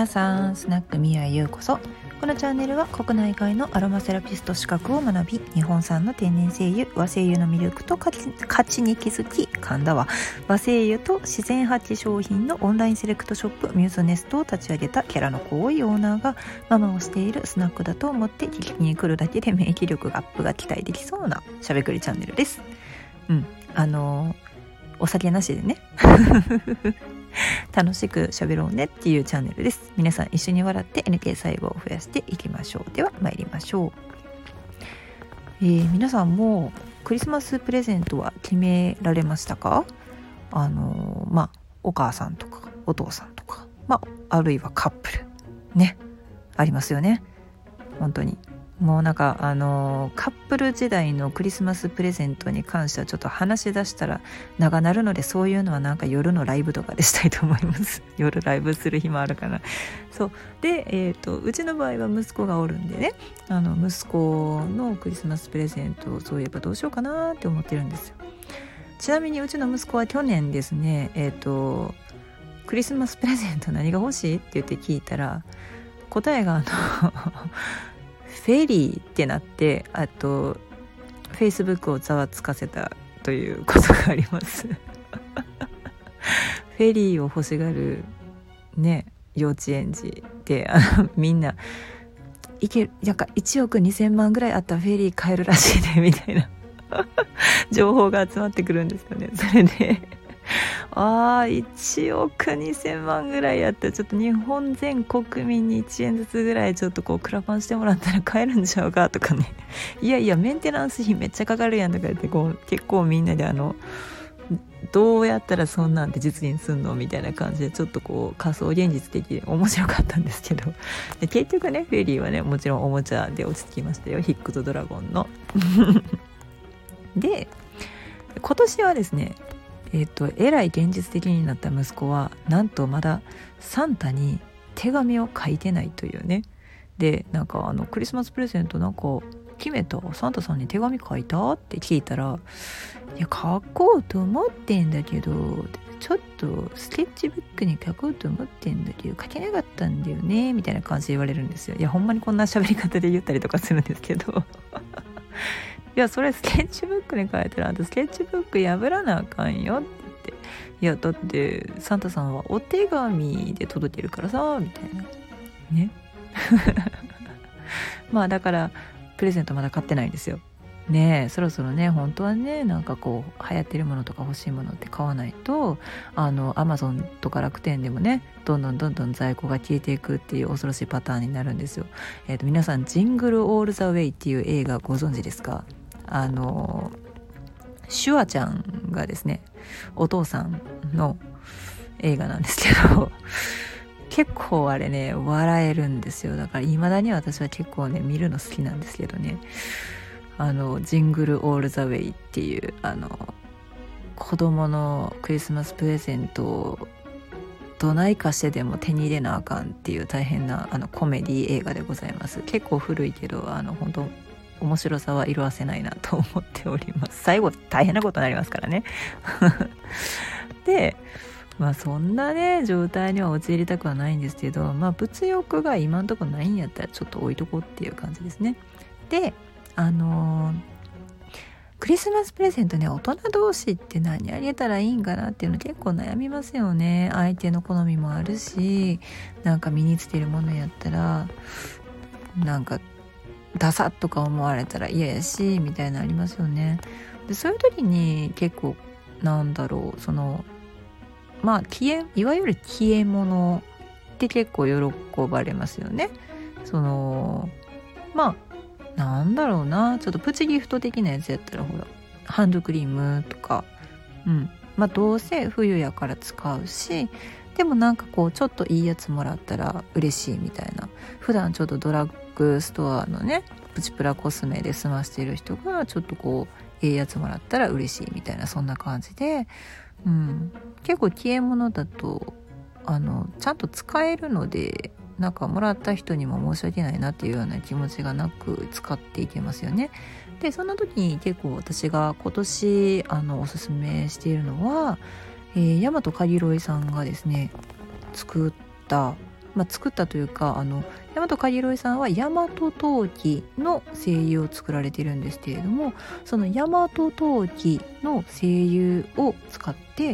さん、スナックミヤへようこそ。このチャンネルは国内外のアロマセラピスト資格を学び、日本産の天然精油、和精油の魅力と価値に気づき、和精油と自然発商品のオンラインセレクトショップミューズネストを立ち上げたキャラの濃いオーナーが、ママをしているスナックだと思って聞きに来るだけで免疫力アップが期待できそうなしゃべくりチャンネルです。お酒なしでね楽しく喋ろうねっていうチャンネルです。皆さん一緒に笑って NK 細胞を増やしていきましょう。では参りましょう。皆さんもクリスマスプレゼントは決められましたか？お母さんとかお父さんとか、あるいはカップルね、ありますよね。本当にもうカップル時代のクリスマスプレゼントに関してはちょっと話し出したら長なるので、そういうのは夜のライブとかでしたいと思います夜ライブする日もあるかな。そうで、うちの場合は息子がおるんでね、息子のクリスマスプレゼントをそういえばどうしようかなって思ってるんですよ。ちなみにうちの息子は去年ですね、クリスマスプレゼント何が欲しいって言って聞いたら、答えがフェリーってなって、あと Facebook をざわつかせたということがありますフェリーを欲しがるね、幼稚園児でみんな1億2000万ぐらいあったらフェリー買えるらしいねみたいな情報が集まってくるんですよね。それで1億2000万ぐらいやったらちょっと日本全国民に1円ずつぐらいちょっとクラファンしてもらったら買えるんちゃうかとかね、いやメンテナンス費めっちゃかかるやんとか言って結構みんなでどうやったらそんなんて実現すんのみたいな感じでちょっと仮想現実的で面白かったんですけど、で結局ねフェリーはねもちろんおもちゃで落ち着きましたよ、ヒックとドラゴンので今年はですね、えらい現実的になった息子はなんとまだサンタに手紙を書いてないというね。でクリスマスプレゼント決めた？サンタさんに手紙書いた？って聞いたら、いや書こうと思ってんだけどちょっとスケッチブックに書こうと思ってんだけど書けなかったんだよねみたいな感じで言われるんですよ。いやほんまにこんな喋り方で言ったりとかするんですけどいやそれスケッチブックに書いたらスケッチブック破らなあかんよって言って、いやだってサンタさんはお手紙で届けるからさみたいなねだからプレゼントまだ買ってないんですよね。そろそろね本当はね流行ってるものとか欲しいものって買わないとアマゾンとか楽天でもねどんどん在庫が消えていくっていう恐ろしいパターンになるんですよ。皆さんジングルオールザウェイっていう映画ご存知ですか？シュワちゃんがですねお父さんの映画なんですけど結構あれね笑えるんですよ。だから未だに私は結構ね見るの好きなんですけどね、ジングルオールザウェイっていう子供のクリスマスプレゼントをどないかしてでも手に入れなあかんっていう大変なコメディ映画でございます。結構古いけど本当面白さは色褪せないなと思っております。最後大変なことになりますからねでそんなね状態には陥りたくはないんですけど、物欲が今んとこないんやったらちょっと置いとこうっていう感じですね。でクリスマスプレゼントね、大人同士って何あげたらいいんかなっていうの結構悩みますよね。相手の好みもあるし、身につけるものやったらダサッとか思われたら嫌やしみたいなのありますよね。でそういう時に結構いわゆる消え物って結構喜ばれますよね。ちょっとプチギフト的なやつやったらハンドクリームとか、どうせ冬やから使うし、でもちょっといいやつもらったら嬉しいみたいな。普段ちょっとドラッグストアのねプチプラコスメで済ましている人がちょっといいやつもらったら嬉しいみたいな、そんな感じで、結構消え物だとちゃんと使えるのでもらった人にも申し訳ないなっていうような気持ちがなく使っていけますよね。でそんな時に結構私が今年おすすめしているのは、大和かぎろいさんがですね作った、 作ったというか大和かぎろいさんは大和陶器の精油を作られているんですけれども、その大和陶器の精油を使って、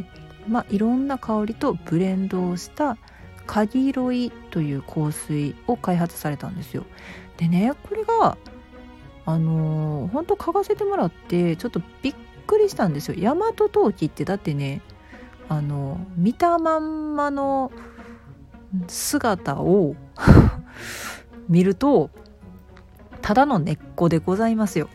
いろんな香りとブレンドをしたかぎろいという香水を開発されたんですよ。でね、これが本当嗅がせてもらってちょっとびっくりしたんですよ。大和陶器ってだってね、見たまんまの姿を見るとただの根っこでございますよ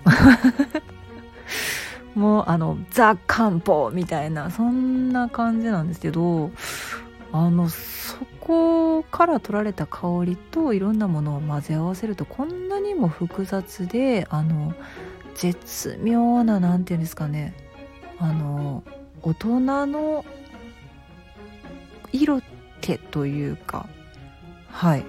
もうザ・漢方みたいなそんな感じなんですけど、そこから取られた香りといろんなものを混ぜ合わせるとこんなにも複雑で絶妙ななんていうんですかね、大人の色気というか、はい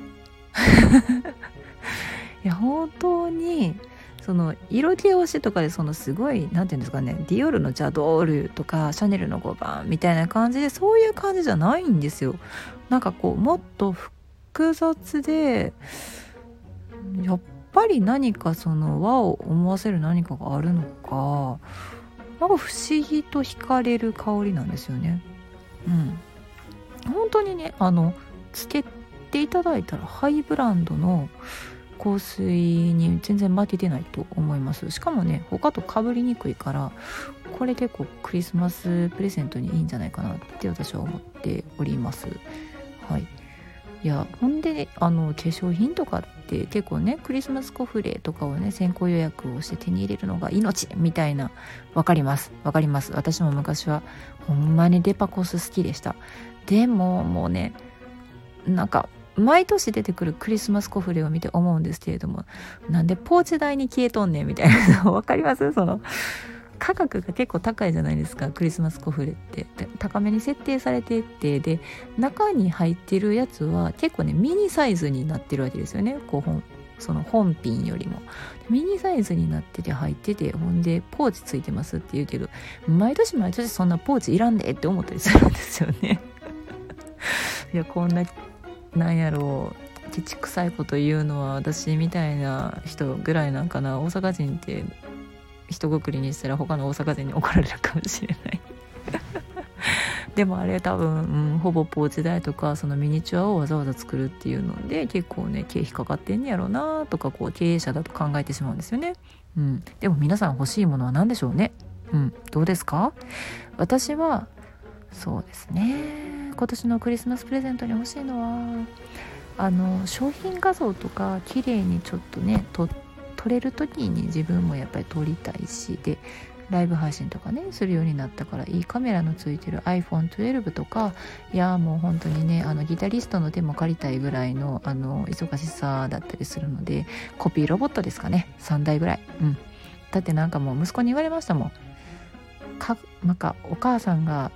いや本当にその色気推しとかでそのすごいなんていうんですかね、ディオールのジャドールとかシャネルの5番みたいな感じでそういう感じじゃないんですよ。なんかこうもっと複雑でやっぱり何かその和を思わせる何かがあるのか、なんか不思議と惹かれる香りなんですよね。本当にねつけていただいたらハイブランドの香水に全然負けてないと思います。しかもね他と被りにくいからこれ結構クリスマスプレゼントにいいんじゃないかなって私は思っております。はい。いやほんでね化粧品とかって結構ねクリスマスコフレとかをね先行予約をして手に入れるのが命みたいな、わかります私も昔はほんまにデパコス好きでした。でももうねなんか毎年出てくるクリスマスコフレを見て思うんですけれども、なんでポーチ代に消えとんねんみたいなわかります？その価格が結構高いじゃないですか、クリスマスコフレって高めに設定されていて、で中に入ってるやつは結構ねミニサイズになってるわけですよね。その本品よりもミニサイズになってて入ってて、ほんでポーチついてますって言うけど毎年そんなポーチいらんでって思ったりするんですよねいやこんななんやろうケチくさいこと言うのは私みたいな人ぐらいなんかな。大阪人って一括りにしたら他の大阪人に怒られるかもしれないでもあれ多分、ほぼポーチ代とかそのミニチュアをわざわざ作るっていうので結構ね経費かかってんねやろうなとか経営者だと考えてしまうんですよね。でも皆さん欲しいものは何でしょうね。どうですか？私はそうですね、今年のクリスマスプレゼントに欲しいのは商品画像とか綺麗にちょっとね撮れる時に自分もやっぱり撮りたいし、でライブ配信とかねするようになったからいいカメラのついてる iPhone12 とか、いやもう本当にねギタリストの手も借りたいぐらいの忙しさだったりするので、コピーロボットですかね、3台ぐらい。だってなんかもう息子に言われましたもん。なんかお母さんが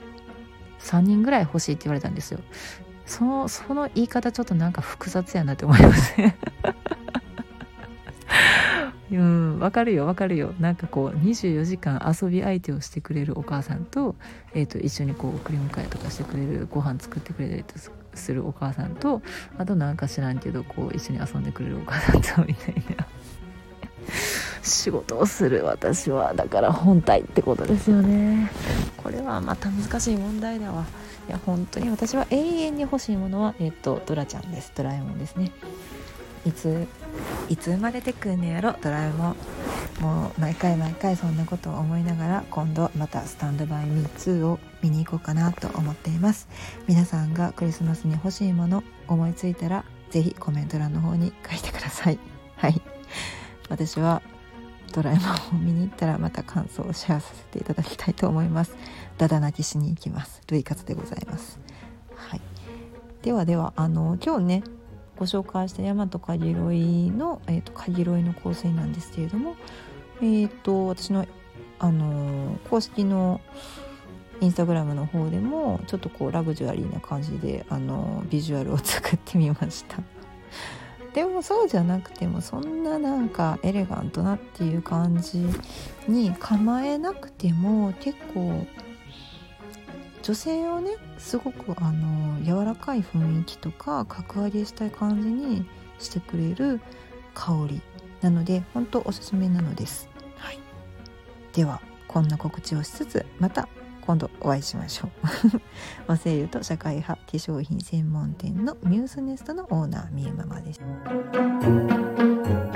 3人ぐらい欲しいって言われたんですよ。その言い方ちょっとなんか複雑やなって思いますねわかるよなんかこう24時間遊び相手をしてくれるお母さんと、一緒にこう送り迎えとかしてくれる、ご飯作ってくれたりとするお母さんと、あとなんか知らんけどこう一緒に遊んでくれるお母さんとみたいな仕事をする私はだから本体ってことですよね。これはまた難しい問題だわ。いや本当に私は永遠に欲しいものはドラちゃんです。ドラえもんですね。いつ生まれてくんねやろドラえもん。もう毎回そんなことを思いながら今度またスタンドバイミー2を見に行こうかなと思っています。皆さんがクリスマスに欲しいもの思いついたらぜひコメント欄の方に書いてください。はい、私はドラえもんを見に行ったらまた感想をシェアさせていただきたいと思います。ダダ泣きしに行きます。ルイカツでございます。はい、では今日ねご紹介した大和かぎろいのかぎろいの香水なんですけれども、私の公式のインスタグラムの方でもちょっとこうラグジュアリーな感じでビジュアルを作ってみました。でもそうじゃなくてもそんななんかエレガントなっていう感じに構えなくても結構女性をねすごく柔らかい雰囲気とか角張りしたい感じにしてくれる香りなので本当おすすめなのです、はい、ではこんな告知をしつつまた今度お会いしましょう和製油と社会派化粧品専門店のミュースネストのオーナーみゆママでした。